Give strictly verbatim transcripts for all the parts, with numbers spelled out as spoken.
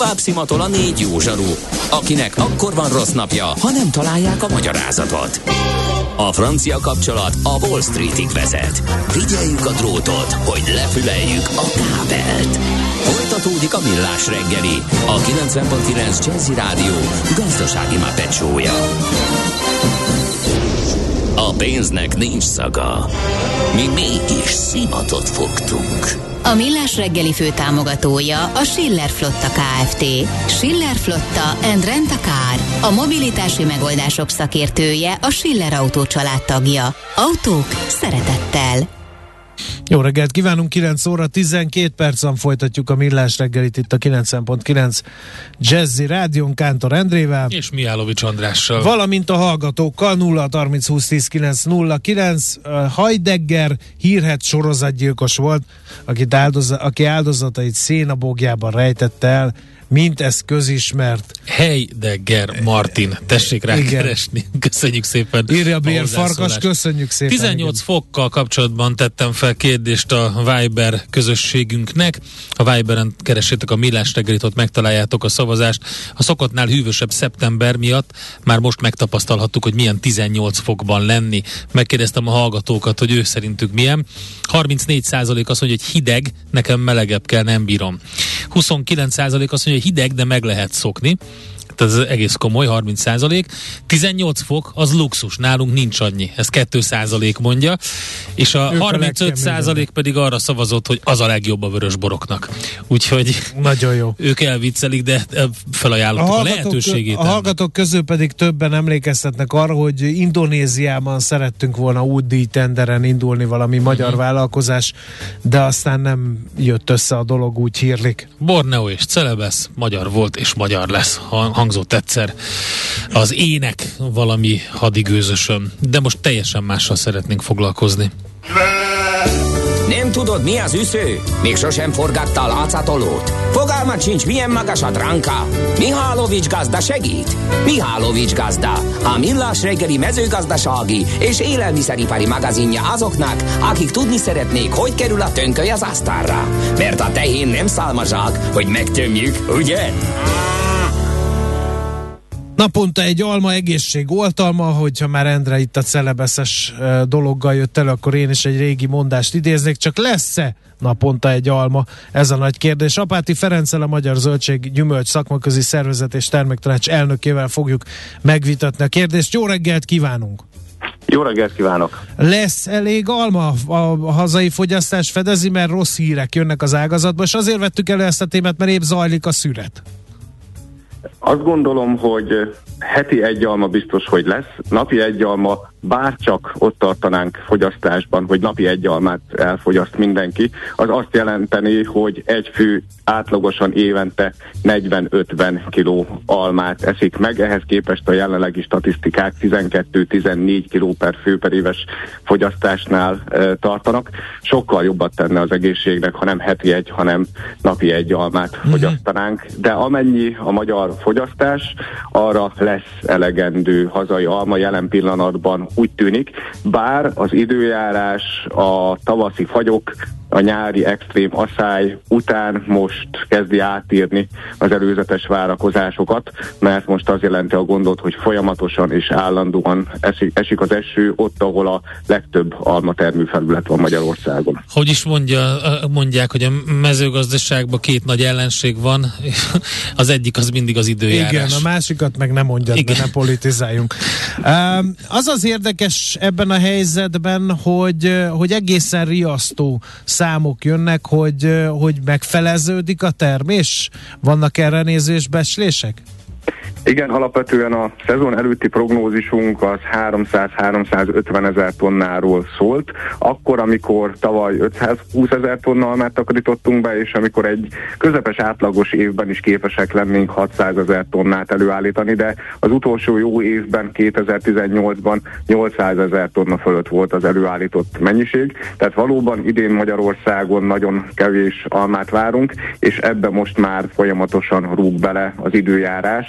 tovább szimatol a négy jó zsaru, akinek akkor van rossz napja, ha nem találják a magyarázatot. A francia kapcsolat a Wall Streetig vezet. Figyeljük a drótot, hogy lefüleljük a kábelt. Folytatódik a Millás reggeli, a kilencven pont kilenc Jazzy Rádió gazdasági mápecsója. A pénznek nincs szaga. Mi mégis szimatot fogtunk. A Millás reggeli főtámogatója a Schiller Flotta Kft. Schiller Flotta and Rent a Car. A mobilitási megoldások szakértője, a Schiller Autó család tagja. Autók szeretettel. Jó reggelt kívánunk, kilenc óra tizenkét percen folytatjuk a Millás reggelit itt a kilencven pont kilenc Jazzy Rádión Kántor Endrével. És Mihálovics Andrással. Valamint a hallgatókkal nulla harminc húsz tíz kilenc nulla kilenc. Heidegger hírhedt sorozatgyilkos volt, akit áldoza, aki áldozatait szénabogjában rejtette el, mint ez közismert. Heidegger Martin, tessék rá keresni. Köszönjük szépen. Írja Bér Farkas, köszönjük szépen. tizennyolc igen. fokkal kapcsolatban tettem fel kérdést a Viber közösségünknek. A Viberen keressétek a Millás reggelit, ott megtaláljátok a szavazást. A szokottnál hűvösebb szeptember miatt már most megtapasztalhattuk, hogy milyen tizennyolc fokban lenni. Megkérdeztem a hallgatókat, hogy ő szerintük milyen. harmincnégy százalék azt mondja, hogy hideg, nekem melegebb kell, nem bírom. huszonkilenc százalék azt mondja, hogy hideg, de meg lehet szokni. Tehát ez egész komoly, harminc százalék. tizennyolc fok, az luxus, nálunk nincs annyi. Ez két százalék mondja. És a ők harmincöt százalék pedig arra szavazott, hogy az a legjobb a vörös boroknak. Úgyhogy nagyon jó. Ők elviccelik, de felajánlottuk a, a lehetőségét. A hallgatók közül pedig többen emlékeztetnek arra, hogy Indonéziában szerettünk volna útdíjtenderen indulni valami magyar uh-huh. vállalkozás, de aztán nem jött össze a dolog, úgy hírlik. Borneo és Celebesz magyar volt és magyar lesz. Hangzott egyszer az ének valami hadigőzösön, de most teljesen mással szeretnénk foglalkozni. Nem tudod, mi az üsző? Még sosem forgatta a látszatolót? Fogalmat sincs, milyen magas a dránka? Mihálovics gazda segít? Mihálovics gazda, a Millás reggeli mezőgazdasági és élelmiszeripari magazinja azoknak, akik tudni szeretnék, hogy kerül a tönköly az asztalra. Mert a tehén nem szálmazsák, hogy megtömjük, ugye? Naponta egy alma egészség oltalma, hogyha már Endre itt a celebeszes dologgal jött elő, akkor én is egy régi mondást idéznék, csak lesz-e naponta egy alma? Ez a nagy kérdés. Apáti Ferenccel, a Magyar Zöldség Gyümölcs Szakmaközi Szervezet és Terméktanács elnökével fogjuk megvitatni a kérdést. Jó reggelt kívánunk! Jó reggelt kívánok! Lesz elég alma? A hazai fogyasztás fedezi, mert rossz hírek jönnek az ágazatba, és azért vettük elő ezt a témát, mert épp zajlik a szüret. Azt gondolom, hogy heti egy alma biztos, hogy lesz. Napi egy alma, bárcsak ott tartanánk fogyasztásban, hogy napi egy almát elfogyaszt mindenki, az azt jelenteni, hogy egy fő átlagosan évente negyven-ötven kiló almát eszik meg. Ehhez képest a jelenlegi statisztikák tizenkettő-tizennégy kiló per fő per éves fogyasztásnál e, tartanak. Sokkal jobbat tenne az egészségnek, ha nem heti egy, hanem napi egy almát mm-hmm. fogyasztanánk. De amennyi a magyar fogyasztás, arra lesz elegendő hazai alma jelen pillanatban, úgy tűnik, bár az időjárás, a tavaszi fagyok, a nyári extrém asszály után most kezdi átírni az előzetes várakozásokat, mert most az jelenti a gondot, hogy folyamatosan és állandóan esik, esik az eső ott, ahol a legtöbb almatermőfelület van Magyarországon. Hogy is mondja, mondják, hogy a mezőgazdaságban két nagy ellenség van, az egyik az mindig az időjárás. Igen, a másikat meg nem mondjad, de ne politizáljunk. Um, az az érdekes ebben a helyzetben, hogy, hogy egészen riasztó számok jönnek, hogy, hogy megfeleződik a termés? Vannak erre nézős becslések? Igen, alapvetően a szezon előtti prognózisunk az háromszáz-háromszázötven ezer tonnáról szólt. Akkor, amikor tavaly ötszázhúsz ezer tonna almát takarítottunk be, és amikor egy közepes átlagos évben is képesek lennénk hatszáz ezer tonnát előállítani, de az utolsó jó évben, kétezer-tizennyolcban nyolcszáz ezer tonna fölött volt az előállított mennyiség. Tehát valóban idén Magyarországon nagyon kevés almát várunk, és ebbe most már folyamatosan rúg bele az időjárás.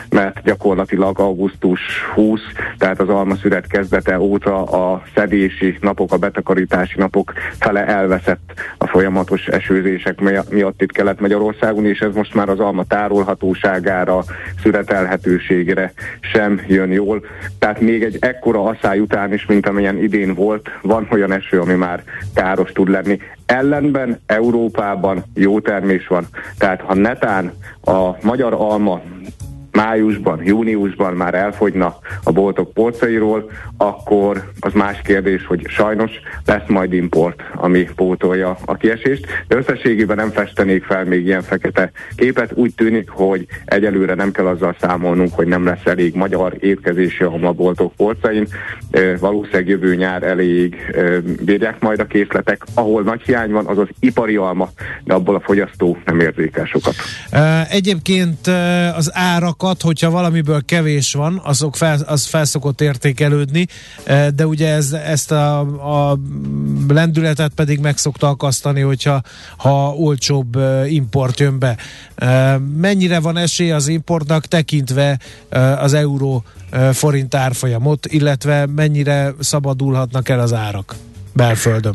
mert gyakorlatilag augusztus huszadika, tehát az almaszüret kezdete óta a szedési napok, a betakarítási napok fele elveszett a folyamatos esőzések miatt itt Kelet-Magyarországon, és ez most már az alma tárolhatóságára, szüretelhetőségre sem jön jól. Tehát még egy ekkora asszály után is, mint amilyen idén volt, van olyan eső, ami már káros tud lenni. Ellenben Európában jó termés van. Tehát ha netán a magyar alma májusban, júniusban már elfogyna a boltok polcairól, akkor az más kérdés, hogy sajnos lesz majd import, ami pótolja a kiesést. De összességében nem festenék fel még ilyen fekete képet. Úgy tűnik, hogy egyelőre nem kell azzal számolnunk, hogy nem lesz elég magyar étkezési alma a boltok polcain. E, valószínűleg jövő nyár elég e, bírják majd a készletek. Ahol nagy hiány van, az az ipari alma, de abból a fogyasztó nem érzékel sokat. Egyébként az árakat, hogyha valamiből kevés van, azok fel, az felszokott értékelődni, de ugye ez, ezt a, a lendületet pedig meg szokta akasztani, hogyha ha olcsóbb import jön be. Mennyire van esély az importnak tekintve az euró forint árfolyamot, illetve mennyire szabadulhatnak el az árak belföldön?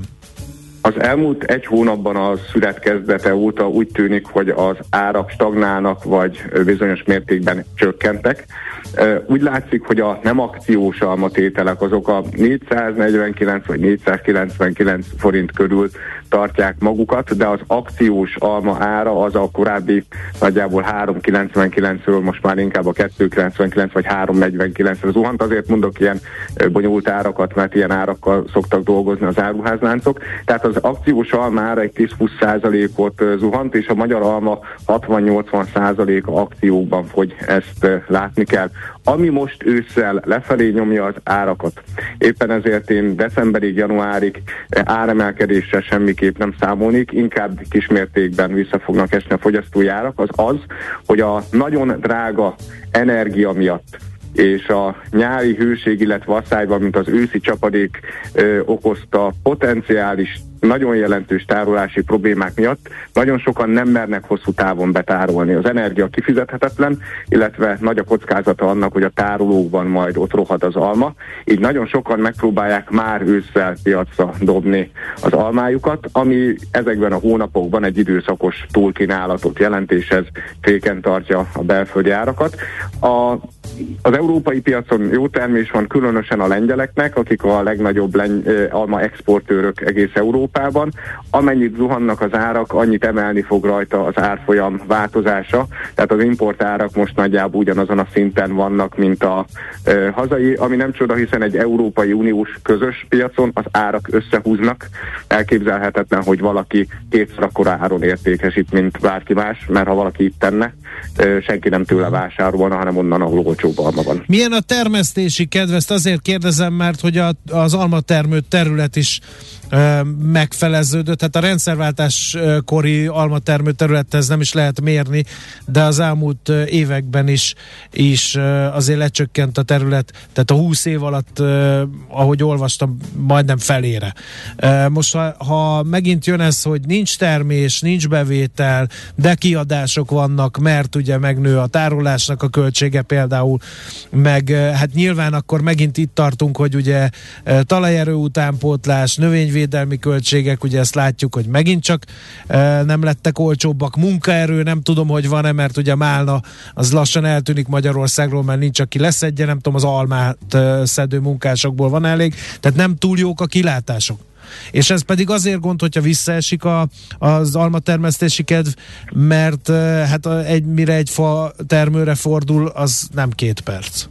Az elmúlt egy hónapban a szület kezdete óta úgy tűnik, hogy az árak stagnálnak, vagy bizonyos mértékben csökkentek. Úgy látszik, hogy a nem akciós almatételek azok a négyszáznegyvenkilenc vagy négyszázkilencvenkilenc forint körül tartják magukat, de az akciós alma ára az a korábbi nagyjából háromszázkilencvenkilencről most már inkább a kétszázkilencvenkilenc vagy háromszáznegyvenkilencre zuhant. Azért mondok ilyen bonyolult árakat, mert ilyen árakkal szoktak dolgozni az áruházláncok. Tehát az akciós alma ára egy tíz-húsz százalékot zuhant, és a magyar alma hatvan-nyolcvan százaléka akciókban fogy, ezt látni kell. Ami most ősszel lefelé nyomja az árakat. Éppen ezért én decemberig, januárig áremelkedéssel semmiképp nem számolnék, inkább kismértékben vissza fognak esni a fogyasztói árak, az az, hogy a nagyon drága energia miatt és a nyári hőség, illetve asszályban, mint az őszi csapadék ö, okozta potenciális nagyon jelentős tárolási problémák miatt nagyon sokan nem mernek hosszú távon betárolni. Az energia kifizethetetlen, illetve nagy a kockázata annak, hogy a tárolókban majd ott rohad az alma. Így nagyon sokan megpróbálják már ősszel piacra dobni az almájukat, ami ezekben a hónapokban egy időszakos túlkínálatot jelent, és ez féken tartja a belföldi árakat. A Az európai piacon jó termés van, különösen a lengyeleknek, akik a legnagyobb leny- alma exportőrök egész Európában. Amennyit zuhannak az árak, annyit emelni fog rajta az árfolyam változása. Tehát az importárak most nagyjából ugyanazon a szinten vannak, mint a e, hazai, ami nem csoda, hiszen egy Európai Uniós közös piacon az árak összehúznak. Elképzelhetetlen, hogy valaki kétszer akkora áron értékesít, mint bárki más, mert ha valaki itt tenne, e, senki nem tőle vásárolna, hanem onnan, ahol olcsóbb alma van. Milyen a termesztési kedv? Ezt azért kérdezem, mert hogy a, az almatermő terület is ö, megfeleződött. Hát a rendszerváltás kori almatermő területhez nem is lehet mérni, de az elmúlt években is, is azért lecsökkent a terület, tehát a húsz év alatt, ahogy olvastam, majdnem felére. Most ha, ha megint jön ez, hogy nincs termés, nincs bevétel, de kiadások vannak, mert ugye megnő a tárolásnak a költsége például, meg hát nyilván akkor megint itt tartunk, hogy ugye talajerő utánpótlás, növényvédelmi költségek, ugye ezt látjuk, hogy megint csak nem lettek olcsóbbak, munkaerő, nem tudom, hogy van-e, mert ugye a málna az lassan eltűnik Magyarországról, mert nincs, aki leszedje, nem tudom, az almát szedő munkásokból van elég, tehát nem túl jók a kilátások. És ez pedig azért gond, hogyha visszaesik a, az almatermesztési kedv, mert hát egy, mire egy fa termőre fordul, az nem két perc.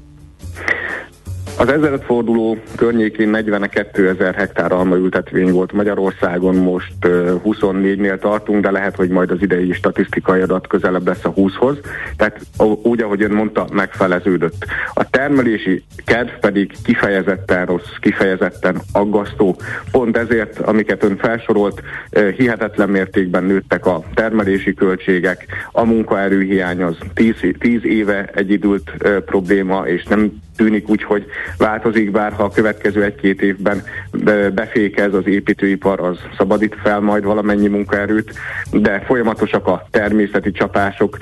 Az ezredforduló környékén negyvenkettőezer hektár almaültetvény volt Magyarországon, most uh, huszonnégynél tartunk, de lehet, hogy majd az idei statisztikai adat közelebb lesz a húszhoz. Tehát úgy, ahogy ön mondta, megfeleződött. A termelési kedv pedig kifejezetten rossz, kifejezetten aggasztó. Pont ezért, amiket ön felsorolt, uh, hihetetlen mértékben nőttek a termelési költségek, a munkaerőhiány az tíz, tíz éve egy időlt uh, probléma, és nem tűnik úgy, hogy változik, bár ha a következő egy-két évben befékez az építőipar, az szabadít fel majd valamennyi munkaerőt, de folyamatosak a természeti csapások.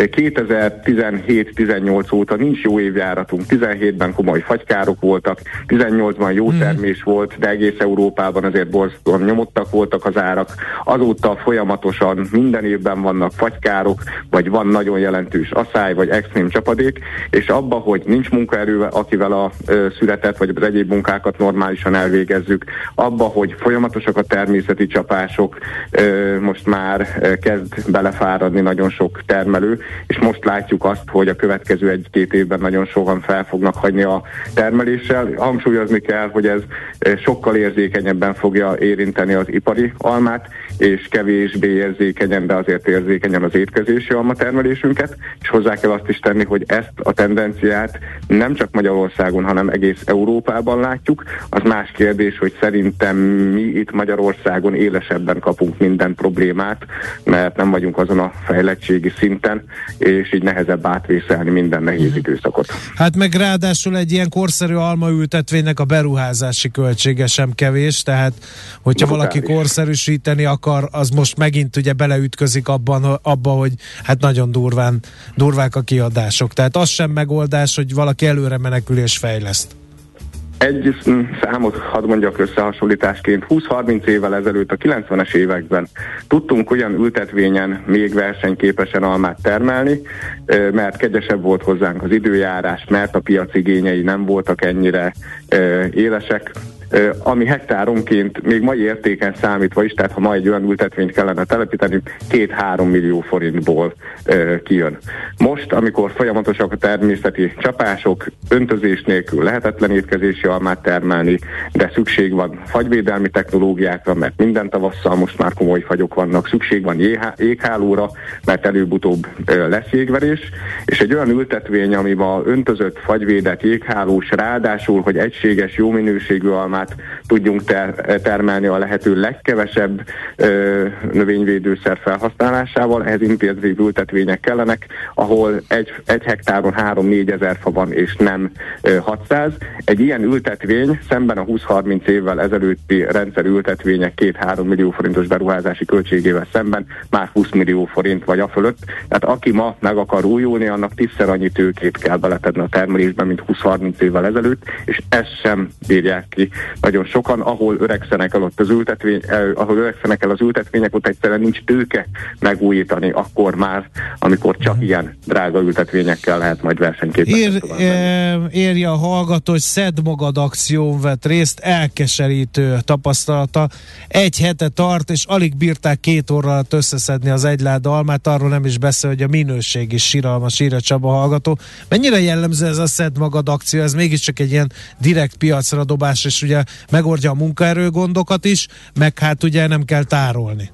kétezer-tizenhét-tizennyolc óta nincs jó évjáratunk, tizenhétben komoly fagykárok voltak, tizennyolcban jó termés volt, de egész Európában azért borzasztóan nyomottak voltak az árak. Azóta folyamatosan minden évben vannak fagykárok, vagy van nagyon jelentős asszály, vagy extrém csapadék, és abba, hogy nincs munkaerő, akivel a ö, születet, vagy az egyéb munkákat normálisan elvégezzük, abba, hogy folyamatosak a természeti csapások, ö, most már ö, kezd belefáradni nagyon sok termelő, és most látjuk azt, hogy a következő egy-két évben nagyon sokan fel fognak hagyni a termeléssel. Hangsúlyozni kell, hogy ez sokkal érzékenyebben fogja érinteni az ipari almát, és kevésbé érzékenyen, de azért érzékenyen az étkezési almatermelésünket, és hozzá kell azt is tenni, hogy ezt a tendenciát nem csak Magyarországon, hanem egész Európában látjuk. Az más kérdés, hogy szerintem mi itt Magyarországon élesebben kapunk minden problémát, mert nem vagyunk azon a fejlettségi szinten, és így nehezebb átvészelni minden nehéz időszakot. Hát meg ráadásul egy ilyen korszerű almaültetvénynek a beruházási költsége sem kevés, tehát hogyha valaki korszerűsíteni akar, az most megint ugye beleütközik abban, abba, hogy hát nagyon durván, durvák a kiadások. Tehát az sem megoldás, hogy valaki előre menekül és fejleszt. Egy számot hadd mondjak összehasonlításként. húsz-harminc évvel ezelőtt a kilencvenes években tudtunk olyan ültetvényen még versenyképesen almát termelni, mert kegyesebb volt hozzánk az időjárás, mert a piac igényei nem voltak ennyire élesek, ami hektáronként még mai értéken számítva is, tehát ha ma egy olyan ültetvényt kellene telepíteni, két-három millió forintból e, kijön. Most, amikor folyamatosak a természeti csapások, öntözés nélkül lehetetlen étkezési almát termelni, de szükség van fagyvédelmi technológiákra, mert minden tavasszal most már komoly fagyok vannak, szükség van jéghálóra, mert előbb-utóbb e, lesz jégverés, és egy olyan ültetvény, amiben öntözött, fagyvédett, jéghálós, ráadásul, hogy egységes, jó minőségű almát tudjunk ter- termelni a lehető legkevesebb ö, növényvédőszer felhasználásával, ehhez intenzív ültetvények kellenek, ahol egy, egy hektáron három-négy ezer fa van, és nem ö, hatszáz. Egy ilyen ültetvény szemben a húsz-harminc évvel ezelőtti rendszer ültetvények két-három millió forintos beruházási költségével szemben már húsz millió forint vagy a fölött. Tehát aki ma meg akar újulni, annak tízszer annyi tőkét kell beletenni a termelésben, mint húsz-harminc évvel ezelőtt, és ezt sem bírják ki nagyon sokan, ahol öregszenek el ott az ültetvény, eh, ahol öregszenek el az ültetvények, ott egyszerűen nincs tőke megújítani, akkor már, amikor csak uh-huh. ilyen drága ültetvényekkel lehet majd versenyképes. Ér, e, érje a hallgató, hogy Szedd magad akción vett részt, elkeserítő tapasztalata. Egy hete tart, és alig bírták két óra alatt összeszedni az egyláda almát, arról nem is beszél, hogy a minőség is siralmas, írja Csaba hallgató. Mennyire jellemző ez a Szedd magad akció? Ez mégiscsak egy ilyen direkt piacra dobás, és ugye megoldja a munkaerőgondokat is, meg hát ugye nem kell tárolni.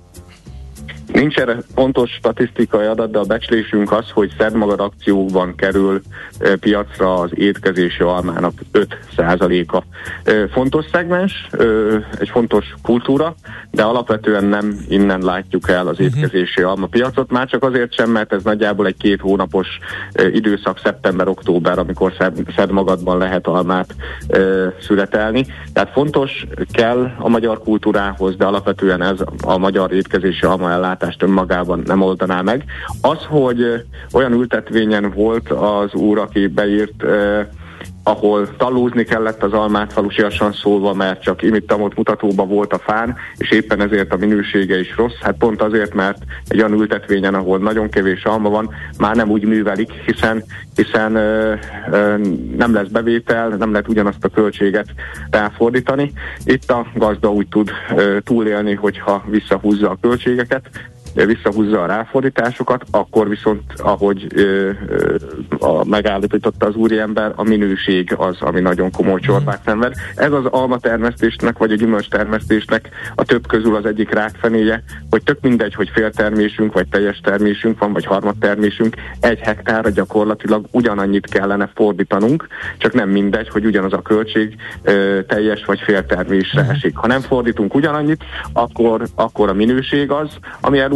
Nincs erre pontos statisztikai adat, de a becslésünk az, hogy Szedd magad akciókban kerül e, piacra az étkezési almának öt százaléka. E, fontos szegmens, e, egy fontos kultúra, de alapvetően nem innen látjuk el az étkezési alma piacot, már csak azért sem, mert ez nagyjából egy két hónapos e, időszak, szeptember-október, amikor Szedd magadban lehet almát e, születelni. Tehát fontos, kell a magyar kultúrához, de alapvetően ez a magyar étkezési alma ellátás önmagában nem oldaná meg. Az, hogy olyan ültetvényen volt az úr, aki beírt, eh, ahol tallózni kellett az almát, falusiasan szólva, mert csak imittamot mutatóba volt a fán, és éppen ezért a minősége is rossz. Hát pont azért, mert egy olyan ültetvényen, ahol nagyon kevés alma van, már nem úgy művelik, hiszen, hiszen ö, ö, nem lesz bevétel, nem lehet ugyanazt a költséget ráfordítani. Itt a gazda úgy tud ö, túlélni, hogyha visszahúzza a költségeket, visszahúzza a ráfordításokat, akkor viszont, ahogy ö, ö, a, megállapította az úriember, a minőség az, ami nagyon komoly csorbát szenved. Ez az almatermesztésnek, vagy a gyümölcstermesztésnek a több közül az egyik rákfenéje, hogy tök mindegy, hogy féltermésünk, vagy teljes termésünk van, vagy harmadtermésünk, egy hektárra gyakorlatilag ugyanannyit kellene fordítanunk, csak nem mindegy, hogy ugyanaz a költség ö, teljes vagy féltermésre esik. Ha nem fordítunk ugyanannyit, akkor, akkor a minőség az, ami elúl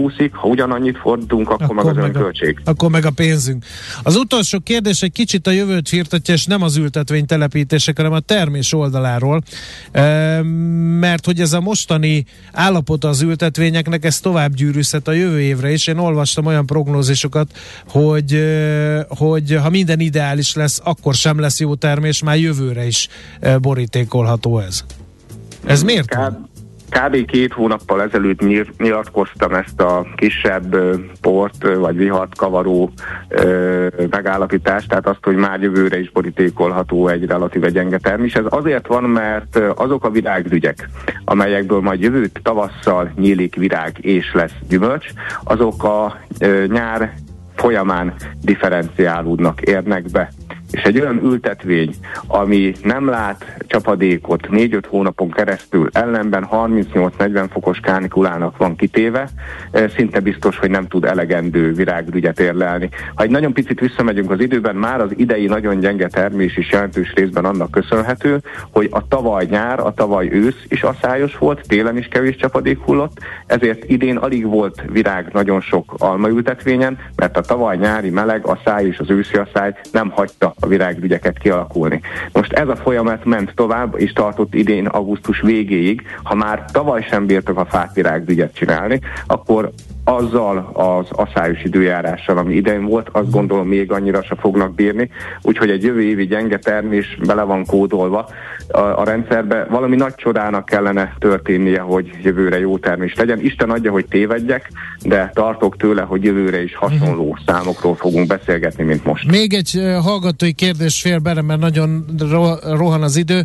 lecsúszik, ha ugyanannyit fordítunk, akkor, akkor meg az önköltség. Akkor meg a pénzünk. Az utolsó kérdés egy kicsit a jövőt firtatja, és nem az ültetvény telepítések, hanem a termés oldaláról, e, mert hogy ez a mostani állapota az ültetvényeknek, ez tovább gyűrűzhet a jövő évre is. Én olvastam olyan prognózisokat, hogy, hogy ha minden ideális lesz, akkor sem lesz jó termés, már jövőre is borítékolható ez. Ez miért? Kb. Kb. két hónappal ezelőtt nyilatkoztam ezt a kisebb port vagy vihart kavaró ö, megállapítást, tehát azt, hogy már jövőre is borítékolható egy relatíve gyenge termés. Ez azért van, mert azok a virágrügyek, amelyekből majd jövő tavasszal nyílik virág és lesz gyümölcs, azok a ö, nyár folyamán differenciálódnak, érnek be. És egy olyan ültetvény, ami nem lát csapadékot négy-öt hónapon keresztül, ellenben harmincnyolc-negyven fokos kánikulának van kitéve, szinte biztos, hogy nem tud elegendő virágrügyet érlelni. Ha egy nagyon picit visszamegyünk az időben, már az idei nagyon gyenge termés is jelentős részben annak köszönhető, hogy a tavaly nyár, a tavaly ősz is aszályos volt, télen is kevés csapadék hullott, ezért idén alig volt virág nagyon sok almaültetvényen, mert a tavaly nyári meleg, aszály és az őszi aszály nem hagyta a virágrügyeket kialakulni. Most ez a folyamat ment tovább, és tartott idén augusztus végéig. Ha már tavaly sem bírtak a fák virágrügyet csinálni, akkor azzal az aszályos időjárással, ami idején volt, azt gondolom még annyira se fognak bírni, úgyhogy egy jövő évi gyenge termés bele van kódolva a, a rendszerbe. Valami nagy csodának kellene történnie, hogy jövőre jó termés legyen. Isten adja, hogy tévedjek, de tartok tőle, hogy jövőre is hasonló uh-huh. számokról fogunk beszélgetni, mint most. Még egy uh, hallgatói kérdés fél bele, mert nagyon ro- rohan az idő.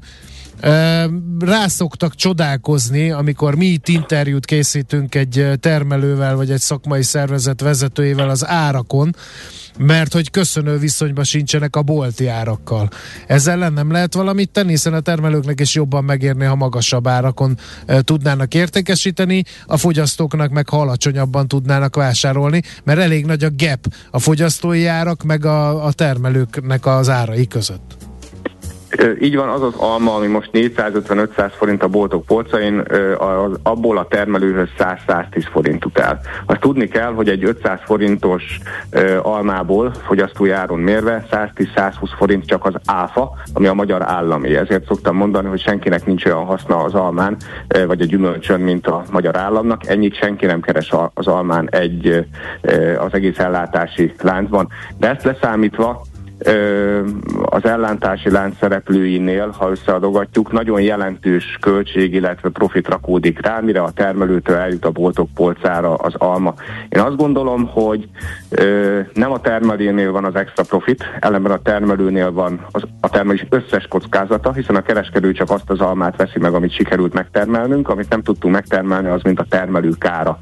Rászoktak csodálkozni, amikor mi itt interjút készítünk egy termelővel, vagy egy szakmai szervezet vezetőjével az árakon, mert hogy köszönő viszonyban sincsenek a bolti árakkal. Ezzel ellen nem lehet valamit tenni, hiszen a termelőknek is jobban megérni, ha magasabb árakon e, tudnának értékesíteni, a fogyasztóknak meg alacsonyabban tudnának vásárolni, mert elég nagy a gap a fogyasztói árak meg a, a termelőknek az árai között. Így van, az az alma, ami most négyszázötven-ötszáz forint a boltok polcain, az abból a termelőhöz száz-száztíz forint jut el. Azt tudni kell, hogy egy ötszáz forintos almából fogyasztói áron mérve száztíz-százhúsz forint csak az áfa, ami a magyar állami. Ezért szoktam mondani, hogy senkinek nincs olyan haszna az almán, vagy a gyümölcsön, mint a magyar államnak. Ennyit senki nem keres az almán egy, az egész ellátási láncban. De ezt leszámítva, az ellátási lánc szereplőinél, ha összeadogatjuk, nagyon jelentős költség, illetve profit rakódik rá, mire a termelőtől eljut a boltok polcára az alma. Én azt gondolom, hogy ö, nem a termelőnél van az extra profit, ellenben a termelőnél van az, a termelés összes kockázata, hiszen a kereskedő csak azt az almát veszi meg, amit sikerült megtermelnünk, amit nem tudtunk megtermelni, az mint a termelő kára.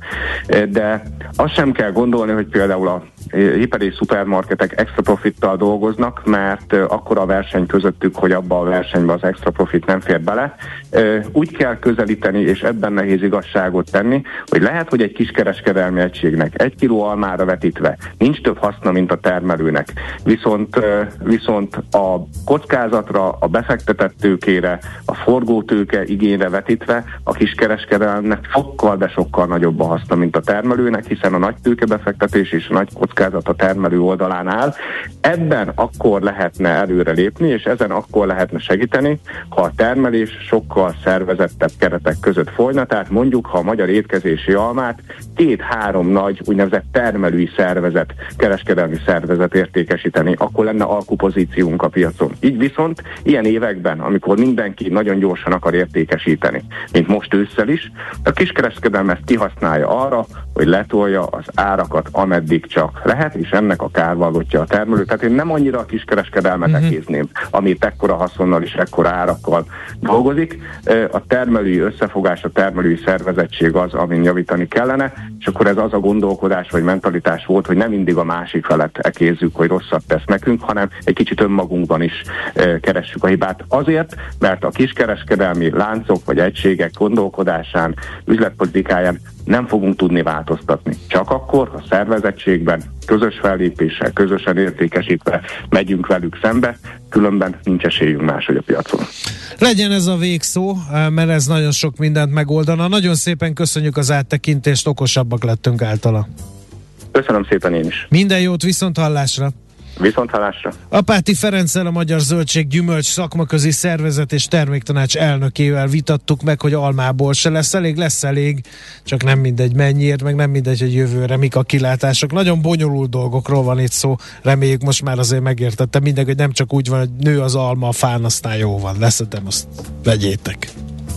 De azt sem kell gondolni, hogy például a hiper és szupermarketek extra profittal dolgoznak, mert akkora a verseny közöttük, hogy abba a versenybe az extra profit nem fér bele. Úgy kell közelíteni, és ebben nehéz igazságot tenni, hogy lehet, hogy egy kiskereskedelmi egységnek egy kiló almára vetítve nincs több haszna, mint a termelőnek. Viszont, viszont a kockázatra, a befektetett tőkére, a forgótőke igényre vetítve a kiskereskedelmnek sokkal, de sokkal nagyobb a haszna, mint a termelőnek, hiszen a nagy tőkebefektetés és a nagy kockázat a termelő oldalán áll. Ebben akkor lehetne előre lépni, és ezen akkor lehetne segíteni, ha a termelés sokkal szervezettebb keretek között folyna, tehát mondjuk, ha a magyar étkezési almát két-három nagy úgynevezett termelői szervezet, kereskedelmi szervezet értékesíteni, akkor lenne alkupozíciónk a piacon. Így viszont ilyen években, amikor mindenki nagyon gyorsan akar értékesíteni, mint most ősszel is, a kiskereskedelem ezt kihasználja arra, hogy letolja az árakat, ameddig csak lehet, és ennek a kárvallottja a termelő. Tehát én nem annyira a kiskereskedelmet uh-huh. ekézném, amit ekkora haszonnal és ekkora árakkal dolgozik. A termelői összefogás, a termelői szervezettség az, amin javítani kellene, és akkor ez az a gondolkodás vagy mentalitás volt, hogy nem mindig a másik felet ekézzük, hogy rosszat tesz nekünk, hanem egy kicsit önmagunkban is keressük a hibát. Azért, mert a kiskereskedelmi láncok vagy egységek gondolkodásán, üzletpolitikáján nem fogunk tudni változtatni. Csak akkor a szervezettségben, közös fellépéssel, közösen értékesítve megyünk velük szembe, különben nincs esélyünk máshogy a piacon. Legyen ez a végszó, mert ez nagyon sok mindent megoldana. Nagyon szépen köszönjük az áttekintést, okosabbak lettünk általa. Köszönöm szépen én is. Minden jót, viszont hallásra! Viszont hallásra! Apáti Ferenccel, a Magyar Zöldség Gyümölcs Szakmaközi Szervezet és Terméktanács elnökével vitattuk meg, hogy almából se lesz elég, lesz elég, csak nem mindegy mennyiért, meg nem mindegy, hogy jövőre mik a kilátások. Nagyon bonyolult dolgokról van itt szó, reméljük most már azért megértettem mindenki, hogy nem csak úgy van, hogy nő az alma a fán, aztán jó van, leszedem, azt vegyétek.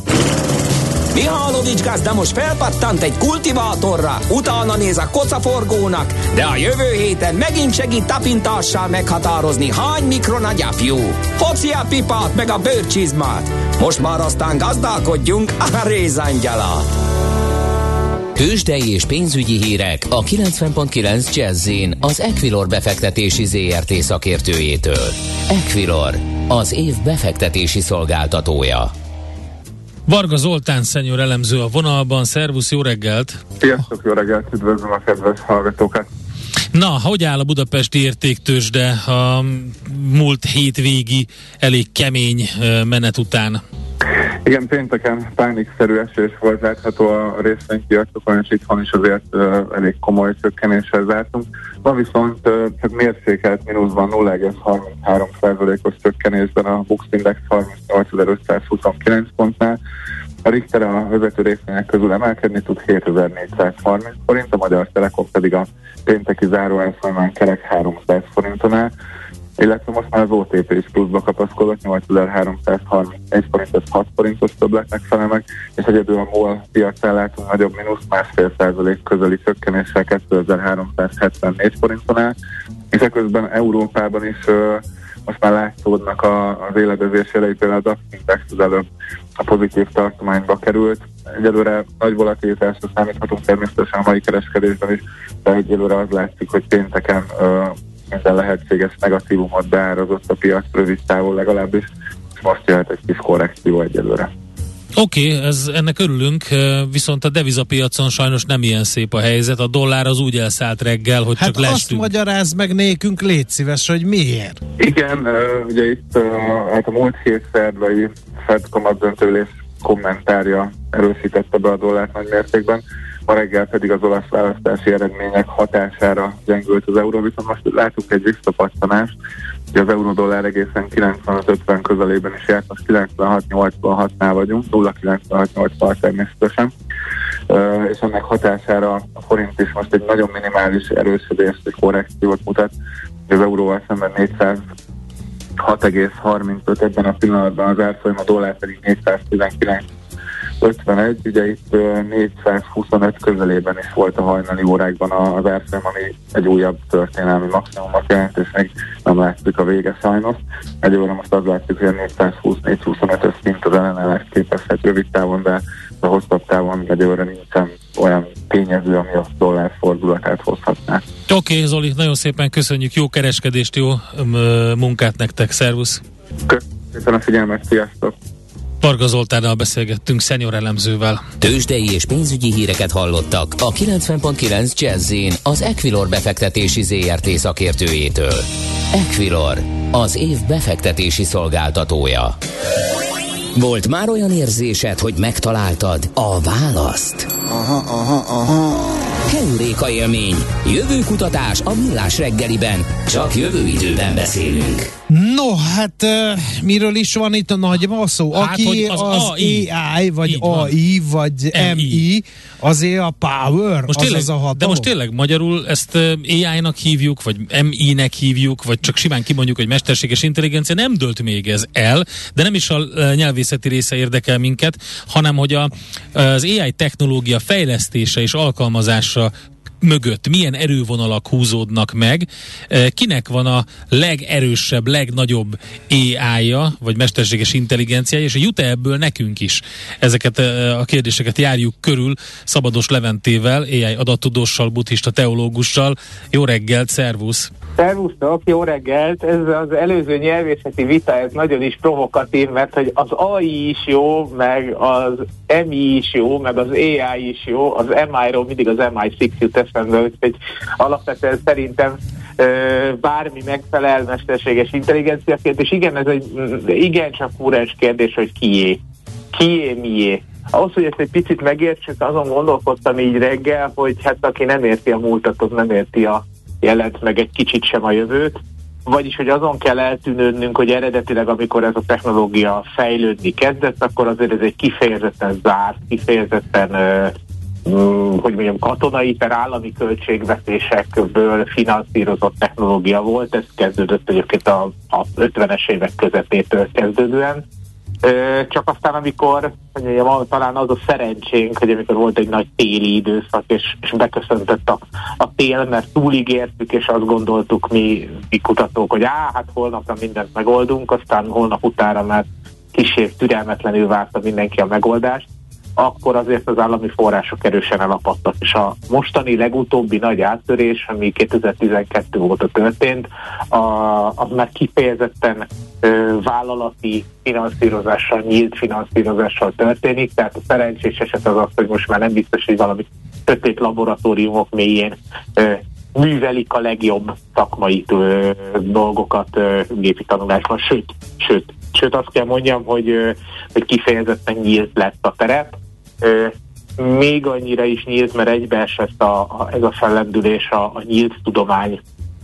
Mihálovics gazda most felpattant egy kultivátorra, utána néz a kocaforgónak, de a jövő héten megint segít tapintással meghatározni, hány mikron a gyapjú. Fogsz a pipát meg a bőrcsizmát. Most már aztán gazdálkodjunk a rézangyalát. Tőzsdei és pénzügyi hírek a kilencven pont kilenc Jazz-in az Equilor befektetési zé er té szakértőjétől. Equilor, az év befektetési szolgáltatója. Varga Zoltán szenyor elemző a vonalban. Szervusz, jó reggelt! Sziasztok, jó reggelt, üdvözlöm a kedves hallgatókat! Na, hogy áll a budapesti értéktőzsde a múlt hétvégi elég kemény menet után? Igen, pénteken pánikszerű esés volt látható a részvénypiacokon, és itthon is azért uh, elég komoly csökkenéssel zártunk. Ma viszont uh, csak mérsékelt mínuszban nulla egész harminchárom százalékos csökkenésben a Bux Index harmincnyolcezer-ötszázhuszonkilenc pontnál. A Richter a vezető részvények közül emelkedni tud hétezer-négyszázharminc forint, a Magyar Telekom pedig a pénteki záróelszámán kerek háromszáz forinton áll, illetve most már az o té pé is pluszba kapaszkodott, nyolcezer-háromszázharmincegy forint, ez hat forintos többletnek felel meg, és egyedül a MOL piacán látunk nagyobb mínusz, másfél százalék közeli csökkenéssel kétezer-háromszázhetvennégy forinton áll, és eközben Európában is uh, most már látszódnak a, az éledezés jelei, például a DAX Index az előbb a pozitív tartományba került. Egyelőre nagy volatilitásra számíthatunk természetesen a mai kereskedésben is, de egyelőre az látszik, hogy pénteken uh, minden lehetséges negatívumot beárazott a piac rövid távon legalábbis, és most jöhet egy kis korrekció egyelőre. Oké, okay, ez, ennek örülünk, viszont a devizapiacon sajnos nem ilyen szép a helyzet. A dollár az úgy elszállt reggel, hogy hát csak lestünk. Hát azt magyarázd meg nékünk, légy szíves, hogy miért. Igen, ugye itt hát a múlt hét szerdai Fed kamatdöntőülés kommentárja erősítette be a dollárt nagy mértékben. Ma reggel pedig az olasz választási eredmények hatására gyengült az euró, viszont most látunk egy visszapattanást, hogy az euró-dollár egészen kilencvenöt ötven közelében is járt, most kilencvenhat nyolcvanhatnál vagyunk, nulla kilencvenhat nyolcvanhat természetesen, uh, és ennek hatására a forint is most egy nagyon minimális erősödést, egy korrekciót mutat, hogy az euróval szemben négyszázhat egész harmincöt, ebben a pillanatban az árfolyam, a dollár pedig négyszáztizenkilenc ötvenegy, ugye itt négyszázhuszonöt közelében is volt a hajnali órákban az árfolyam, ami egy újabb történelmi maximumot jelent, és még nem látszik a vége sajnos. Egyébként most az látszik, hogy a négyszázhúsz négyszázhuszonöt szint az ellenállást képezhet rövid távon, de a hosszabb távon egyébként nincsen olyan tényező, ami a dollár fordulatát hozhatná. Oké, okay, Zoli, nagyon szépen köszönjük, jó kereskedést, jó munkát nektek, szervusz! Köszönöm a figyelmet, sziasztok! Varga Zoltánnal beszélgettünk, szenior elemzővel. Tőzsdei és pénzügyi híreket hallottak a kilencven pont kilenc Jazz-in az Equilor befektetési zé er té szakértőjétől. Equilor, az év befektetési szolgáltatója. Volt már olyan érzésed, hogy megtaláltad a választ? Aha, aha, aha. Heuréka élmény, jövőkutatás a Millás reggeliben, csak jövő időben beszélünk. No, hát uh, miről is van itt a nagy szó? Hát, Aki az, az á i, á i, vagy á i, vagy em i, azért a power, most az tényleg, az a hatalom. De most tényleg magyarul ezt á i-nak hívjuk, vagy em i-nek hívjuk, vagy csak simán kimondjuk, hogy mesterséges intelligencia, nem dőlt még ez el, de nem is a nyelvészeti része érdekel minket, hanem hogy a, az á i technológia fejlesztése és alkalmazása mögött milyen erővonalak húzódnak meg, kinek van a legerősebb, legnagyobb á i-ja, vagy mesterséges intelligenciája, és jut-e ebből nekünk is? Ezeket a kérdéseket járjuk körül Szabados Leventével, á i adattudóssal, buddhista teológussal. Jó reggelt, szervusz! Szervusztok, jó reggelt! Ez az előző nyelvészeti vita, ez nagyon is provokatív, mert hogy az á i is jó, meg az em i is jó, meg az á i is jó, az em i-ról mindig az em i hat jut eszembe, úgyhogy alapvetően szerintem bármi megfelel mesterséges intelligenciaként, és igen, ez egy igencsak kúrens kérdés, hogy kié. Kié, mié. Ahhoz, hogy ezt egy picit megértsük, azon gondolkodtam így reggel, hogy hát aki nem érti a múltat, az nem érti a jelent, meg egy kicsit sem a jövőt. Vagyis, hogy azon kell eltűnődnünk, hogy eredetileg, amikor ez a technológia fejlődni kezdett, akkor azért ez egy kifejezetten zárt, kifejezetten uh, hogy mondjam, katonai per állami költségvetésekből finanszírozott technológia volt. Ez kezdődött egyébként a, a ötvenes évek közepétől kezdődően. Csak aztán, amikor mondjam, talán az a szerencsénk, hogy amikor volt egy nagy téli időszak, és, és beköszöntött a, a tél, mert túligértük, és azt gondoltuk mi, mi kutatók, hogy á, hát holnapra mindent megoldunk, aztán holnap utána már kicsit türelmetlenül várta mindenki a megoldást, akkor azért az állami források erősen elapadtak, és a mostani legutóbbi nagy áttörés, ami kétezer-tizenkettő óta történt, a, az már kifejezetten ö, vállalati finanszírozással, nyílt finanszírozással történik, tehát a szerencsés eset az az, hogy most már nem biztos, hogy valami sötét laboratóriumok mélyén ö, művelik a legjobb szakmai ö, dolgokat ö, gépi tanulásban, sőt, sőt, sőt azt kell mondjam, hogy, ö, hogy kifejezetten nyílt lett a terep. Ö, még annyira is nyílt, mert egybeesett a, a, ez a fellendülés a, a nyílt tudomány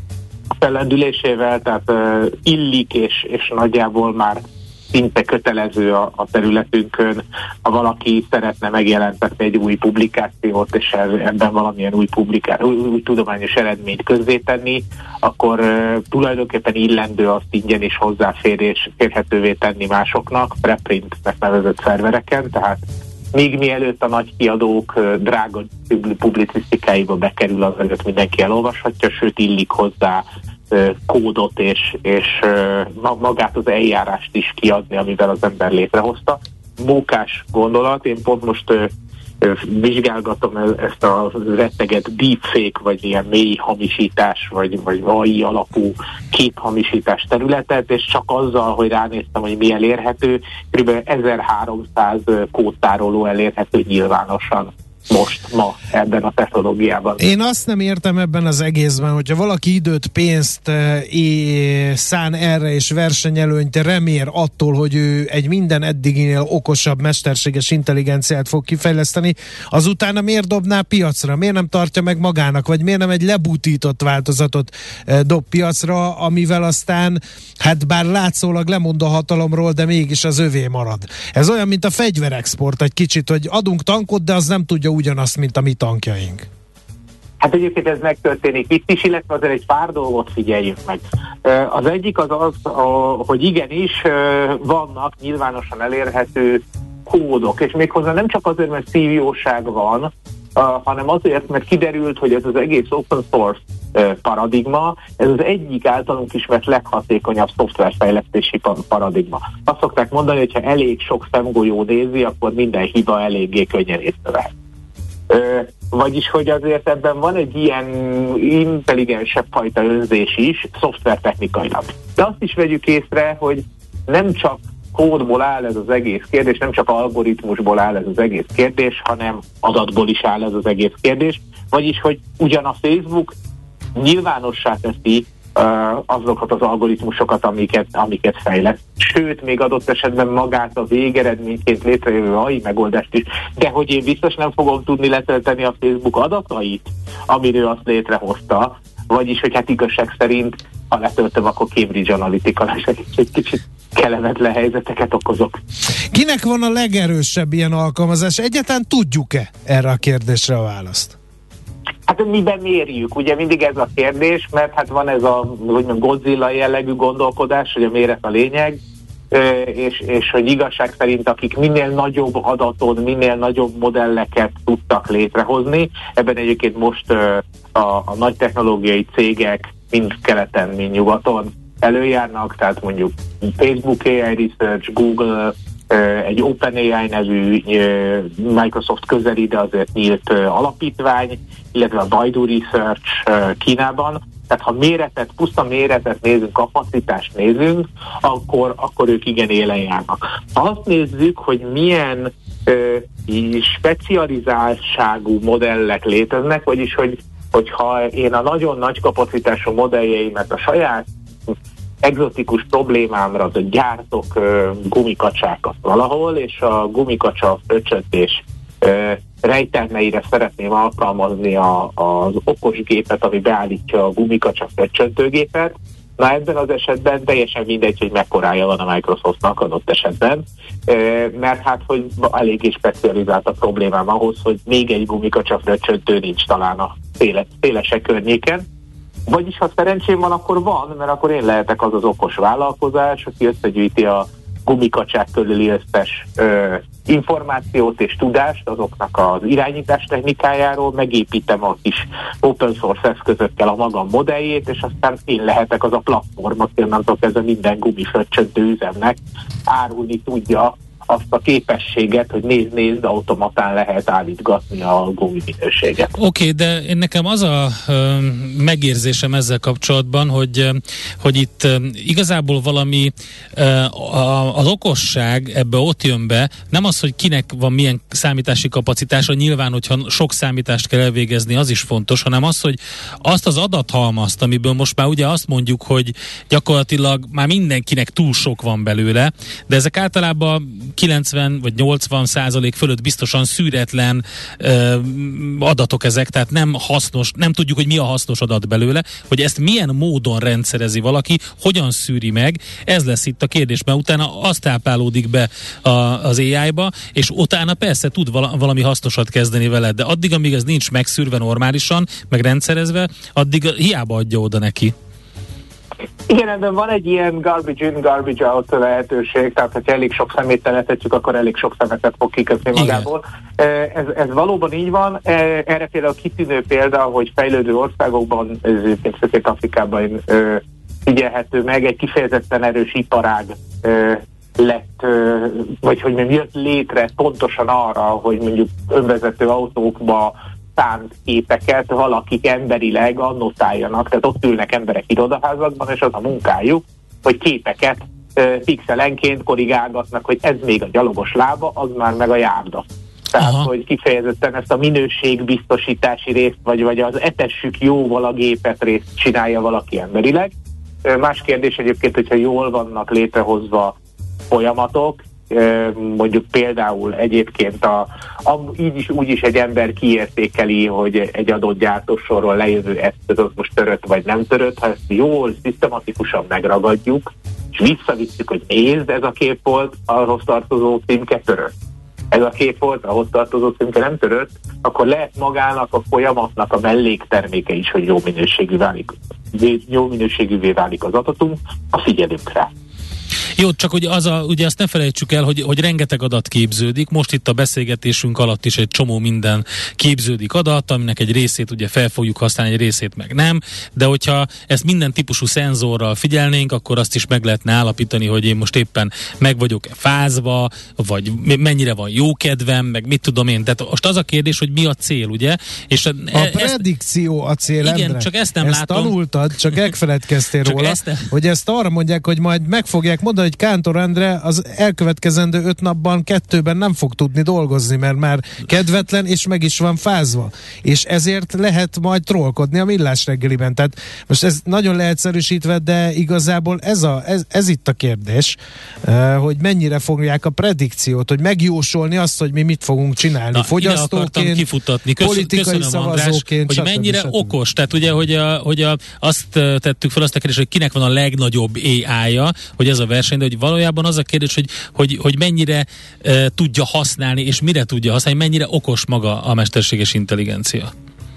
fellendülésével, tehát ö, illik és, és nagyjából már szinte kötelező a, a területünkön, ha valaki szeretne megjelentetni egy új publikációt, és ebben valamilyen új, publiká- új, új tudományos eredményt közzétenni, akkor uh, tulajdonképpen illendő azt ingyen is hozzáférés férhetővé tenni másoknak, preprintnek nevezett szervereken, tehát még mielőtt a nagy kiadók uh, drága publicisztikáiba bekerül, az előtt mindenki elolvashatja, sőt illik hozzá kódot és, és magát az eljárást is kiadni, amivel az ember létrehozta. Mókás gondolat, én pont most vizsgálgatom ezt a retteget deepfake, vagy ilyen mély hamisítás, vagy, vagy á i alapú képhamisítás területet, és csak azzal, hogy ránéztem, hogy mi elérhető, kb. ezerháromszáz kódtároló elérhető nyilvánosan most, ma ebben a technológiában. Én azt nem értem ebben az egészben, hogyha valaki időt, pénzt é, szán erre és versenyelőnyt remér attól, hogy ő egy minden eddiginél okosabb mesterséges intelligenciát fog kifejleszteni, azután miért dobná piacra? Miért nem tartja meg magának? Vagy miért nem egy lebutított változatot dob piacra, amivel aztán, hát bár látszólag lemond a hatalomról, de mégis az övé marad. Ez olyan, mint a fegyverexport egy kicsit, hogy adunk tankot, de az nem tudja ugyanazt, mint a mi tankjaink. Hát egyébként ez megtörténik itt is, illetve azért egy pár dolgot figyeljünk meg. Az egyik az az, hogy igenis vannak nyilvánosan elérhető kódok, és méghozzá nem csak azért, mert szívjóság van, hanem azért, mert kiderült, hogy ez az egész open source paradigma, ez az egyik általunk ismert leghatékonyabb szoftverfejlesztési paradigma. Azt szokták mondani, hogy ha elég sok szemgolyó nézi, akkor minden hiba eléggé könnyen észrevehet. Ö, vagyis, hogy azért ebben van egy ilyen intelligensebb fajta önzés is, szoftvertechnikailag. De azt is vegyük észre, hogy nem csak kódból áll ez az egész kérdés, nem csak algoritmusból áll ez az egész kérdés, hanem adatból is áll ez az egész kérdés. Vagyis, hogy ugyan a Facebook nyilvánossá teszi uh, azokat az algoritmusokat, amiket, amiket fejleszt. Sőt, még adott esetben magát a végeredményként létrejövő á i megoldást is. De hogy én biztos nem fogom tudni letölteni a Facebook adatait, amiről azt létrehozta, vagyis, hogy hát igazság szerint, ha letöltöm, akkor Cambridge Analytica-nál egy kicsit kellemetlen helyzeteket okozok. Kinek van a legerősebb ilyen alkalmazás? Egyáltalán tudjuk-e erre a kérdésre a választ? Hát miben mérjük? Ugye mindig ez a kérdés, mert hát van ez a úgymond Godzilla jellegű gondolkodás, hogy a méret a lényeg, és, és hogy igazság szerint akik minél nagyobb adaton, minél nagyobb modelleket tudtak létrehozni, ebben egyébként most a, a nagy technológiai cégek mind keleten, mind nyugaton előjárnak, tehát mondjuk Facebook á i Research, Google, egy OpenAI nevű Microsoft közeli, de azért nyílt alapítvány, illetve a Baidu Research Kínában. Tehát ha méretet, puszta méretet nézünk, kapacitást nézünk, akkor, akkor ők igen élen járnak. Ha azt nézzük, hogy milyen ö, specializáltságú modellek léteznek, vagyis hogy hogyha én a nagyon nagy kapacitású modelljeimet a saját egzotikus problémámra gyártok uh, gumikacsákat valahol, és a gumikacsa fröccsöntés uh, rejtelmeire szeretném alkalmazni a, az okos gépet, ami beállítja a gumikacsa fröccsöntőgépet. Na ebben az esetben teljesen mindegy, hogy mekkorája van a Microsoftnak adott esetben, uh, mert hát, hogy eléggé specializált a problémám ahhoz, hogy még egy gumikacsa fröccsöntő nincs talán a széles, szélesek környéken. Vagyis ha szerencsém van, akkor van, mert akkor én lehetek az az okos vállalkozás, aki összegyűjti a gumikacsák körüli összes ö, információt és tudást azoknak az irányítás technikájáról, megépítem a kis open source eszközökkel a magam modelljét, és aztán én lehetek az a platform, aki onnantól kezdve minden gumifröccsöntő üzemnek árulni tudja azt a képességet, hogy nézd, nézd, automatán lehet állítgatni a gumi minőséget. Oké, okay, de én nekem az a ö, megérzésem ezzel kapcsolatban, hogy, hogy itt ö, igazából valami ö, a, az okosság ebbe ott jön be, nem az, hogy kinek van milyen számítási kapacitása, nyilván, hogyha sok számítást kell elvégezni, az is fontos, hanem az, hogy azt az adathalmazt, amiből most már ugye azt mondjuk, hogy gyakorlatilag már mindenkinek túl sok van belőle, de ezek általában kilencven vagy nyolcvan százalék fölött biztosan szűretlen ö, adatok ezek, tehát nem hasznos, nem tudjuk, hogy mi a hasznos adat belőle, hogy ezt milyen módon rendszerezi valaki, hogyan szűri meg, ez lesz itt a kérdés, mert utána azt táplálódik be a, az á í-ba, és utána persze tud vala, valami hasznosat kezdeni vele, de addig, amíg ez nincs megszűrve normálisan, meg rendszerezve, addig hiába adja oda neki. Igen, ebben van egy ilyen garbage in, garbage out lehetőség, tehát ha elég sok szemét teletetjük, akkor elég sok szemetet fog kikötni magából. Ez, ez valóban így van. Erre például kitűnő példa, hogy fejlődő országokban, mint főként Afrikában figyelhető meg, egy kifejezetten erős iparág lett, vagy hogy mondjam, jött létre pontosan arra, hogy mondjuk önvezető autókba szánt képeket valakik emberileg annotáljanak, tehát ott ülnek emberek irodaházakban, és az a munkájuk, hogy képeket uh, pixelenként korrigálgatnak, hogy ez még a gyalogos lába, az már meg a járda. Tehát, aha, hogy kifejezetten ezt a minőségbiztosítási részt, vagy, vagy az etessük jóval a gépet részt csinálja valaki emberileg. Uh, más kérdés egyébként, hogyha jól vannak létrehozva folyamatok, mondjuk például egyébként a, a, így is úgy is egy ember kiértékeli, hogy egy adott gyártósorról lejövő eszköz az most törött vagy nem törött, ha ezt jól, szisztematikusan megragadjuk, és visszavisszük, hogy nézd, ez a kép volt, ahhoz tartozó címke törött. Ez a kép volt, ahhoz tartozó címke nem törött, akkor lehet magának a folyamatnak a mellékterméke is, hogy jó minőségű válik, jó minőségűvé válik az adatunk, a figyelünk rá. Jó, csak hogy az a, ugye azt ne felejtsük el, hogy, hogy rengeteg adat képződik, most itt a beszélgetésünk alatt is egy csomó minden képződik adat, aminek egy részét ugye fel fogjuk használni, egy részét meg nem, de hogyha ezt minden típusú szenzorral figyelnénk, akkor azt is meg lehetne állapítani, hogy én most éppen meg vagyok-e fázva, vagy mennyire van jó kedvem, meg mit tudom én. Tehát most az a kérdés, hogy mi a cél, ugye? És a e- predikció a cél, igen, Endre. csak ezt nem ezt látom. tanultad, csak elfeledkeztél csak róla, ezt hogy ezt arra mondják, hogy majd meg fogják mondani, hogy Kántor Endre az elkövetkezendő öt napban, kettőben nem fog tudni dolgozni, mert már kedvetlen, és meg is van fázva. És ezért lehet majd trollkodni a Millás reggeliben. Tehát most ez nagyon leegyszerűsítve, de igazából ez, a, ez, ez itt a kérdés, hogy mennyire fogják a predikciót, hogy megjósolni azt, hogy mi mit fogunk csinálni. Na, fogyasztóként, kifutatni. Köszön, politikai köszönöm, szavazóként, András, hogy mennyire stb. okos. Tehát ugye, hogy, a, hogy a, azt tettük fel azt a kérdést, hogy kinek van a legnagyobb á í-ja, hogy ez a verseny, de hogy valójában az a kérdés, hogy, hogy, hogy mennyire uh, tudja használni, és mire tudja használni, mennyire okos maga a mesterséges intelligencia.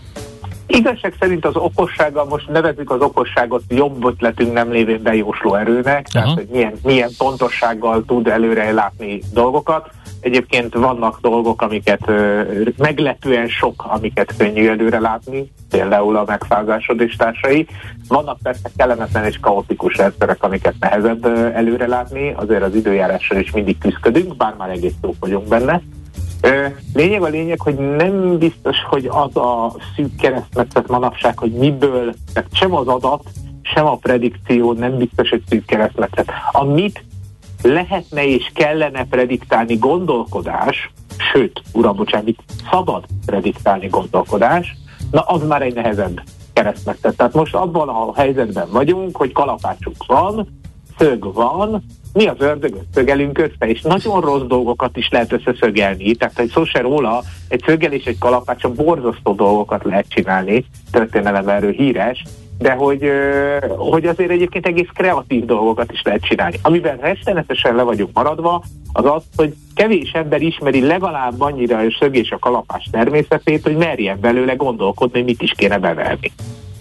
Igazság szerint az okossággal, most nevezzük az okosságot jobb ötletünk nem lévén bejósló erőnek, aha, tehát hogy milyen, milyen pontossággal tud előre látni dolgokat. Egyébként vannak dolgok, amiket ö, meglepően sok, amiket könnyű előre látni, például a megfázásod és társai. Vannak persze kellemetlen és kaotikus rendszerek, amiket nehezebb ö, előre látni, azért az időjárással is mindig küzdködünk, bár már egész jók vagyunk benne. Ö, lényeg a lényeg, hogy nem biztos, hogy az a szűk keresztmetszet manapság, hogy miből, tehát sem az adat, sem a predikció nem biztos, hogy szűk keresztmetszet. Amit lehetne és kellene prediktálni gondolkodás, sőt, uram, bocsánat, szabad prediktálni gondolkodás, na az már egy nehezebb keresztmetszet. Tehát most abban a helyzetben vagyunk, hogy kalapácsunk van, szög van, mi az ördögöt szögelünk össze, és nagyon rossz dolgokat is lehet összeszögelni. Tehát, hogy szó se róla, egy szöggel és egy kalapácson borzasztó dolgokat lehet csinálni, történelem erről híres, de hogy, hogy azért egyébként egész kreatív dolgokat is lehet csinálni. Amiben rettenetesen le vagyunk maradva, az az, hogy kevés ember ismeri legalább annyira a szög és a kalapás természetét, hogy merjen belőle gondolkodni, mit is kéne beverni.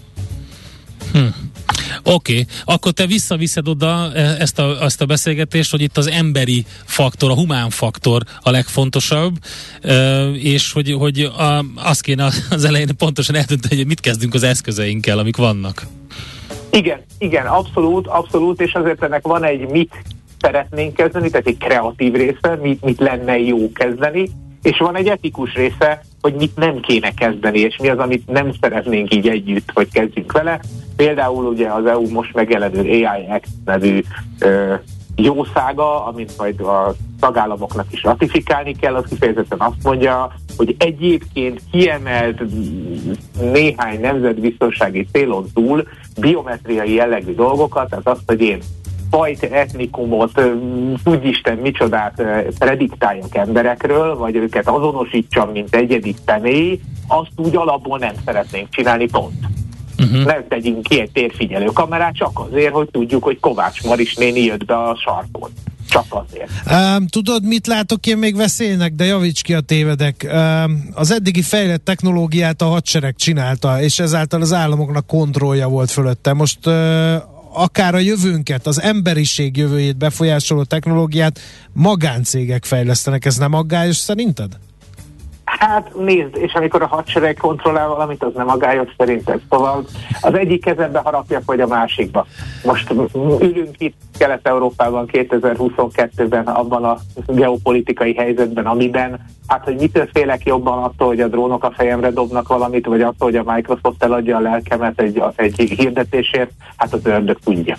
Hm. Oké, okay. Akkor te visszaviszed oda ezt a, ezt a beszélgetést, hogy itt az emberi faktor, a humán faktor a legfontosabb, és hogy, hogy a, azt kéne az elején pontosan eldönteni, hogy mit kezdünk az eszközeinkkel, amik vannak. Igen, igen, abszolút, abszolút, és azért ennek van egy mit szeretnénk kezdeni, tehát egy kreatív része, mit, mit lenne jó kezdeni, és van egy etikus része, hogy mit nem kéne kezdeni, és mi az, amit nem szeretnénk így együtt, hogy kezdjünk vele. Például ugye az é u most megjelenő á i Act nevű ö, jószága, amit majd a tagállamoknak is ratifikálni kell, az kifejezetten azt mondja, hogy egyébként kiemelt néhány nemzetbiztonsági célon túl biometriai jellegű dolgokat, tehát azt, hogy én fajt, etnikumot, úgyisten micsodát prediktáljak emberekről, vagy őket azonosítsam, mint egyedik személy, azt úgy alapból nem szeretnénk csinálni, pont. Uh-huh. Nem tegyünk ki egy térfigyelő kamerát, csak azért, hogy tudjuk, hogy Kovács Maris néni jött be a sarkon. Csak azért. Um, tudod, mit látok én még veszélynek, de javíts ki, a tévedek. Um, az eddigi fejlett technológiát a hadsereg csinálta, és ezáltal az államoknak kontrollja volt fölötte. Most uh, akár a jövőnket, az emberiség jövőjét befolyásoló technológiát magáncégek fejlesztenek. Ez nem aggályos szerinted? Hát nézd, és amikor a hadsereg kontrollál valamit, az nem aggályos szerinted. Szóval az egyik kezembe harapjak, vagy a másikba. Most ülünk itt Kelet-Európában kétezer-huszonkettőben abban a geopolitikai helyzetben, amiben, hát hogy mitől félek jobban attól, hogy a drónok a fejemre dobnak valamit, vagy attól, hogy a Microsoft eladja a lelkemet egy, egy hirdetésért, hát az ördög tudja.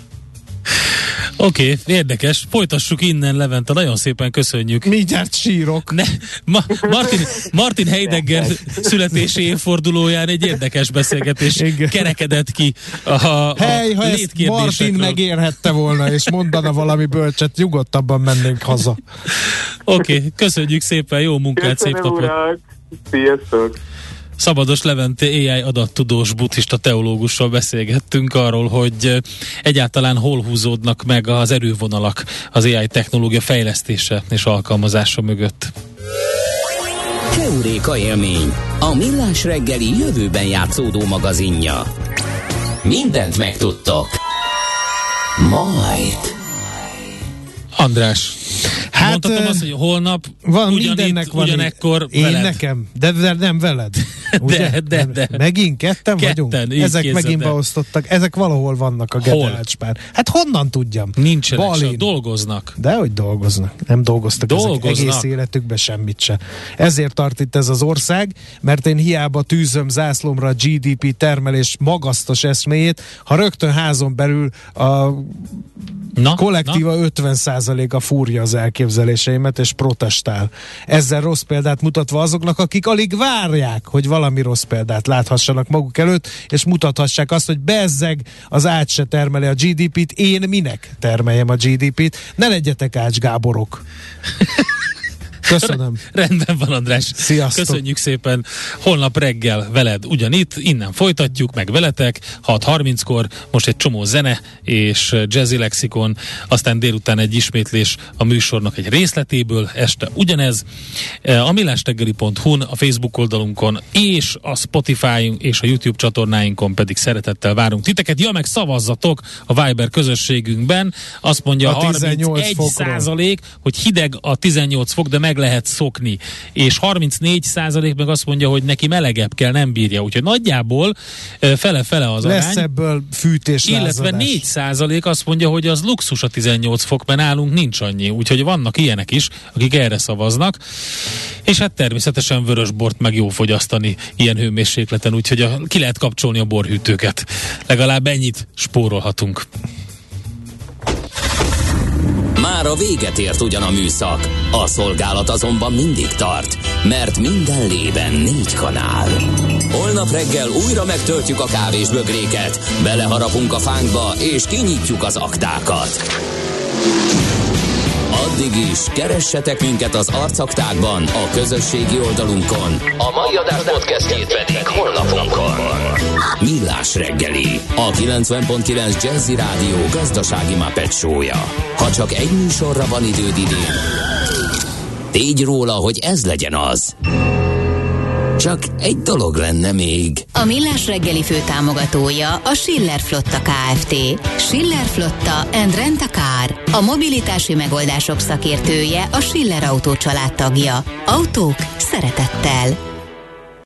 Oké, okay, érdekes. Folytassuk innen, Levente. Nagyon szépen köszönjük. Mindjárt sírok. Ne, ma, Martin, Martin Heidegger születési évfordulóján egy érdekes beszélgetés Igen. kerekedett ki a, a Hely, ha ezt Martin megérhette volna, és mondana valami bölcset, nyugodtabban mennénk haza. Oké, okay, köszönjük szépen, jó munkát, Köszönöm, szép napot. Urak. Sziasztok. Szabados Levente á i adattudós buddhista teológussal beszélgettünk arról, hogy egyáltalán hol húzódnak meg az erővonalak az á i technológia fejlesztése és alkalmazása mögött. Heuréka élmény, a millás reggeli jövőben játszódó magazinja. Mindent megtudtok. Majd. András, hát, mondhatom azt, hogy holnap van, ugyanitt, van ugyanekkor én veled. Nekem, de, de nem veled. de, de, de. Megint ketten, ketten vagyunk? Ezek megint beosztottak, ezek valahol vannak a Gedeácspár. Hát honnan tudjam? Nincsenek, csak dolgoznak. Dehogy dolgoznak. Nem dolgoztak dolgoznak. Ezek egész életükben semmit se. Ezért tart itt ez az ország, mert én hiába tűzöm zászlomra a gé dé pé termelés magasztos eszméjét, ha rögtön házon belül a Na, kollektíva na. ötven százaléka fúrja az elképzeléseimet, és protestál. Ezzel rossz példát mutatva azoknak, akik alig várják, hogy valami rossz példát láthassanak maguk előtt, és mutathassák azt, hogy bezzeg az Ács se termeli a gé dé pét, én minek termeljem a gé dé pét? Ne legyetek Ács Gáborok! Köszönöm. Rendben van, András. Sziasztok. Köszönjük szépen. Holnap reggel veled ugyanitt, innen folytatjuk, meg veletek, hat harminckor, most egy csomó zene és jazzy lexikon, aztán délután egy ismétlés a műsornak egy részletéből, este ugyanez. A millásreggeli pont hu-n, a Facebook oldalunkon és a Spotify és a YouTube csatornáinkon pedig szeretettel várunk titeket. Ja, meg szavazzatok a Viber közösségünkben. Azt mondja a harmincegy százalék, hogy hideg a tizennyolc fok, de meg lehet szokni. És harmincnégy százalék meg azt mondja, hogy neki melegebb kell, nem bírja. Úgyhogy nagyjából fele-fele az lesz arány. Lesz ebből fűtés, illetve négy százalék azt mondja, hogy az luxus a tizennyolc fok, mert nálunk nincs annyi. Úgyhogy vannak ilyenek is, akik erre szavaznak. És hát természetesen vörösbort meg jó fogyasztani ilyen hőmérsékleten, úgyhogy a, ki lehet kapcsolni a borhűtőket. Legalább ennyit spórolhatunk. Már a véget ért ugyan a műszak, a szolgálat azonban mindig tart, mert minden lében négy kanál. Holnap reggel újra megtöltjük a kávésbögréket, beleharapunk a fánkba és kinyitjuk az aktákat. Addig is keressetek minket az arcaktákban, a közösségi oldalunkon. A mai adás podcastjét pedig honlapunkon. Millás reggeli, a kilencven pont kilenc Jazzy Rádió gazdasági Muppet show-ja. Ha csak egy műsorra van időd idén, tégy róla, hogy ez legyen az. Csak egy dolog lenne még. A Millás reggeli főtámogatója a Schiller Flotta Kft. Schiller Flotta and Rent a Car. A mobilitási megoldások szakértője, a Schiller Autó család tagja. Autók szeretettel.